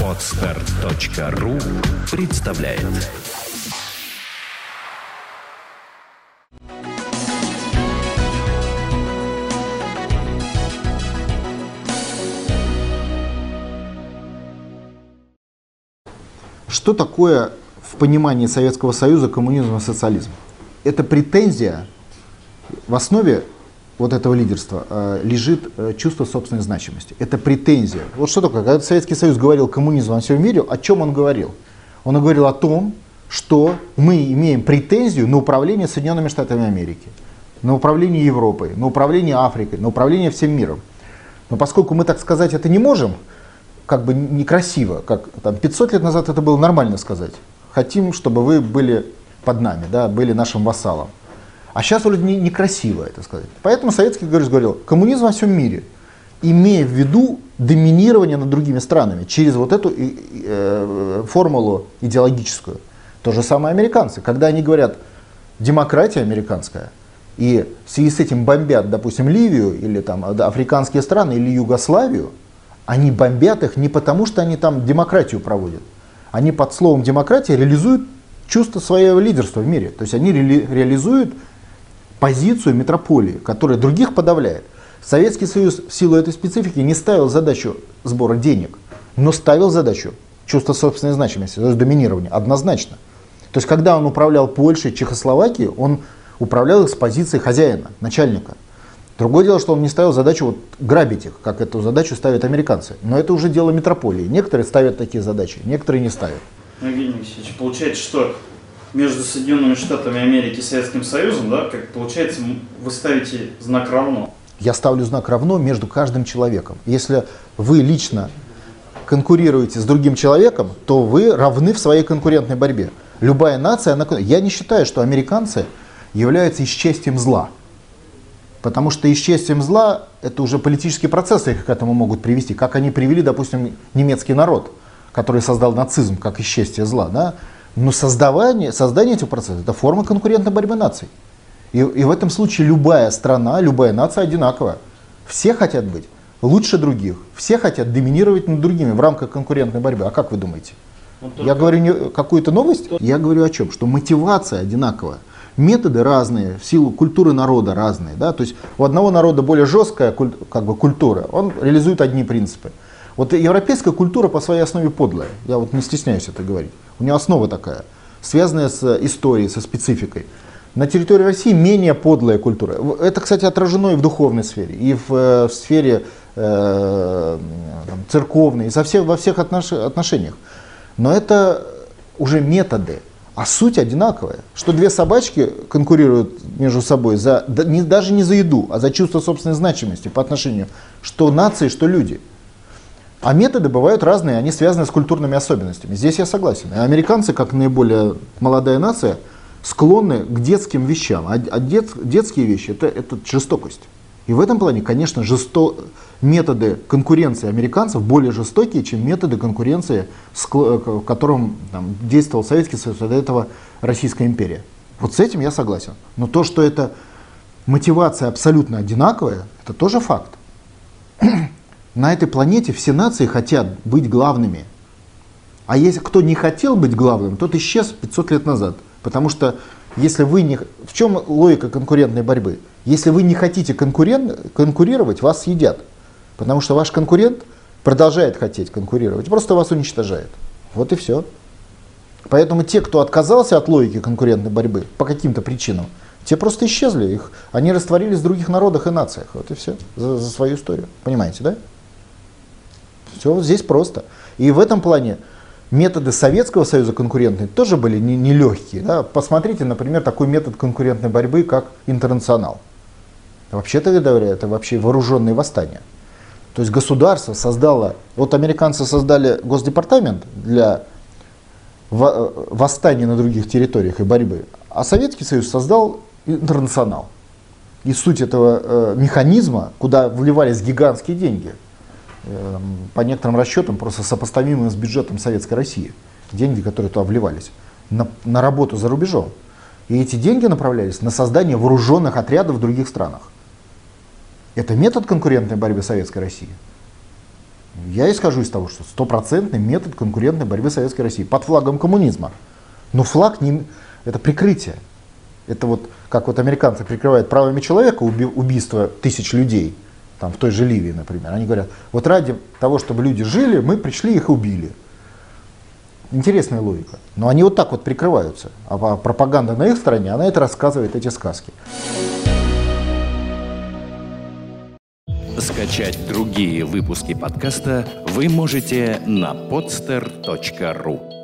Podster.ru представляет. Что такое в понимании Советского Союза коммунизм и социализм? Это претензия, в основе вот этого лидерства лежит чувство собственной значимости. Это претензия. Вот что такое, когда Советский Союз говорил коммунизм во всем мире, о чем он говорил? Он говорил о том, что мы имеем претензию на управление Соединенными Штатами Америки, на управление Европой, на управление Африкой, на управление всем миром. Но поскольку мы, так сказать, это не можем, как бы некрасиво, как там, 500 лет назад это было нормально сказать. Хотим, чтобы вы были под нами, да, были нашим вассалом. А сейчас вроде некрасиво это сказать. Поэтому Советский Союз говорил, коммунизм во всем мире, имея в виду доминирование над другими странами через вот эту формулу идеологическую. То же самое американцы. Когда они говорят демократия американская, и в связи с этим бомбят, допустим, Ливию, или там африканские страны, или Югославию, они бомбят их не потому, что они там демократию проводят. Они под словом демократия реализуют чувство своего лидерства в мире. То есть они реализуют позицию метрополии, которая других подавляет. Советский Союз в силу этой специфики не ставил задачу сбора денег, но ставил задачу чувства собственной значимости, то есть доминирования, однозначно. То есть когда он управлял Польшей, Чехословакией, он управлял их с позиции хозяина, начальника. Другое дело, что он не ставил задачу вот грабить их, как эту задачу ставят американцы. Но это уже дело метрополии. Некоторые ставят такие задачи, некоторые не ставят. Евгений Алексеевич, получается, что между Соединенными Штатами Америки и Советским Союзом, да, как получается, вы ставите знак равно? Я ставлю знак равно между каждым человеком. Если вы лично конкурируете с другим человеком, то вы равны в своей конкурентной борьбе. Любая нация, я не считаю, что американцы являются исчестием зла. Потому что исчестием зла это уже политические процессы их к этому могут привести. Как они привели, допустим, немецкий народ, который создал нацизм как исчестие зла. Да? Но создание этих процессов это форма конкурентной борьбы наций. И в этом случае любая страна, любая нация одинакова. Все хотят быть лучше других. Все хотят доминировать над другими в рамках конкурентной борьбы. А как вы думаете? Я говорю не какую-то новость? Я говорю о чем? Что мотивация одинаковая. Методы разные, в силу культуры народа разные. Да? То есть у одного народа более жесткая как бы, культура, он реализует одни принципы. Вот европейская культура по своей основе подлая, я вот не стесняюсь это говорить. У нее основа такая, связанная с историей, со спецификой. На территории России менее подлая культура. Это, кстати, отражено и в духовной сфере, и в сфере церковной, и во всех отношениях. Но это уже методы. А суть одинаковая, что две собачки конкурируют между собой даже не за еду, а за чувство собственной значимости по отношению что нации, что люди. А методы бывают разные, они связаны с культурными особенностями. Здесь я согласен. И американцы, как наиболее молодая нация, склонны к детским вещам. А детские вещи это жестокость. И в этом плане, конечно, методы конкуренции американцев более жестокие, чем методы конкуренции, в котором действовал Советский Союз, а до этого Российская империя. Вот с этим я согласен. Но то, что эта мотивация абсолютно одинаковая, это тоже факт. На этой планете все нации хотят быть главными. А если кто не хотел быть главным, тот исчез 500 лет назад. Потому что если вы не... В чем логика конкурентной борьбы? Если вы не хотите конкурировать, вас съедят. Потому что ваш конкурент продолжает хотеть конкурировать, просто вас уничтожает. Вот и все. Поэтому те, кто отказался от логики конкурентной борьбы по каким-то причинам, те просто исчезли. Они растворились в других народах и нациях. Вот и все. За свою историю. Понимаете, да? Все здесь просто. И в этом плане методы Советского Союза конкурентные тоже были нелегкие. Да? Посмотрите, например, такой метод конкурентной борьбы, как интернационал. Вообще-то говоря, это вообще вооруженные восстания. То есть государство создало, вот американцы создали Госдепартамент для восстания на других территориях и борьбы, а Советский Союз создал интернационал. И суть этого механизма, куда вливались гигантские деньги, по некоторым расчетам просто сопоставимые с бюджетом Советской России, деньги, которые туда вливались, на работу за рубежом. И эти деньги направлялись на создание вооруженных отрядов в других странах. Это метод конкурентной борьбы Советской России? Я исхожу из того, что стопроцентный метод конкурентной борьбы Советской России под флагом коммунизма. Но флаг не, это прикрытие. Это вот как вот американцы прикрывают правами человека убийство тысяч людей, там в той же Ливии, например. Они говорят, вот ради того, чтобы люди жили, мы пришли их убили. Интересная логика. Но они вот так вот прикрываются. А пропаганда на их стороне, она это рассказывает, эти сказки. Скачать другие выпуски подкаста вы можете на podster.ru.